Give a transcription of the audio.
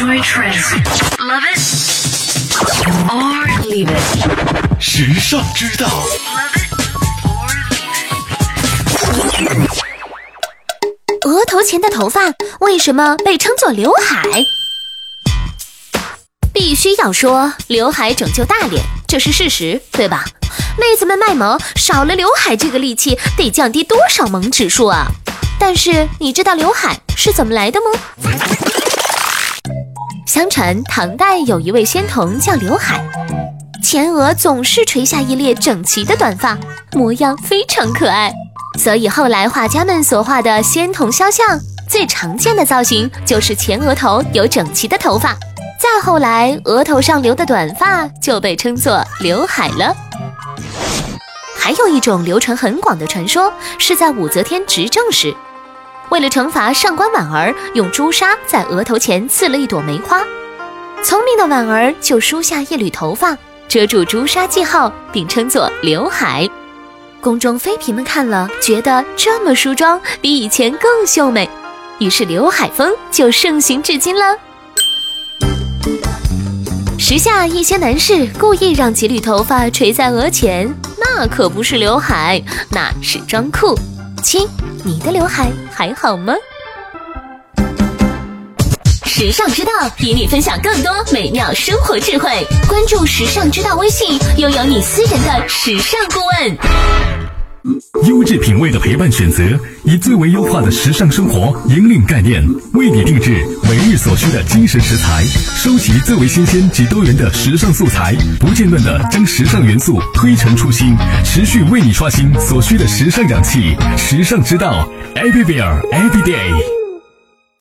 Enjoy trends. Love it or leave it. 时尚之道。 Love it or leave it. 额头前的头发为什么被称作刘海？必须要说，刘海拯救大脸，这是事实，对吧？妹子们卖萌，少了刘海这个利器，得降低多少萌指数啊？但是你知道刘海是怎么来的吗？相传唐代有一位仙童叫刘海，前额总是垂下一列整齐的短发，模样非常可爱，所以后来画家们所画的仙童肖像，最常见的造型就是前额头有整齐的头发，再后来额头上留的短发就被称作刘海了。还有一种流传很广的传说，是在武则天执政时，为了惩罚上官婉儿，用朱砂在额头前刺了一朵梅花，聪明的婉儿就梳下一缕头发遮住朱砂记号，并称作刘海。宫中妃嫔们看了，觉得这么梳妆比以前更秀美，于是刘海风就盛行至今了。时下一些男士故意让几缕头发垂在额前，那可不是刘海，那是装酷。亲，你的刘海还好吗？时尚之道与你分享更多美妙生活智慧，关注时尚之道微信，拥有你私人的时尚顾问。 优质品味的陪伴选择，以最为优化的时尚生活引领概念，为你定制每日所需的精神食材，收集最为新鲜及多元的时尚素材，不间断地将时尚元素推陈出新，持续为你刷新所需的时尚氧气。时尚之道 ，Everywhere Every Day。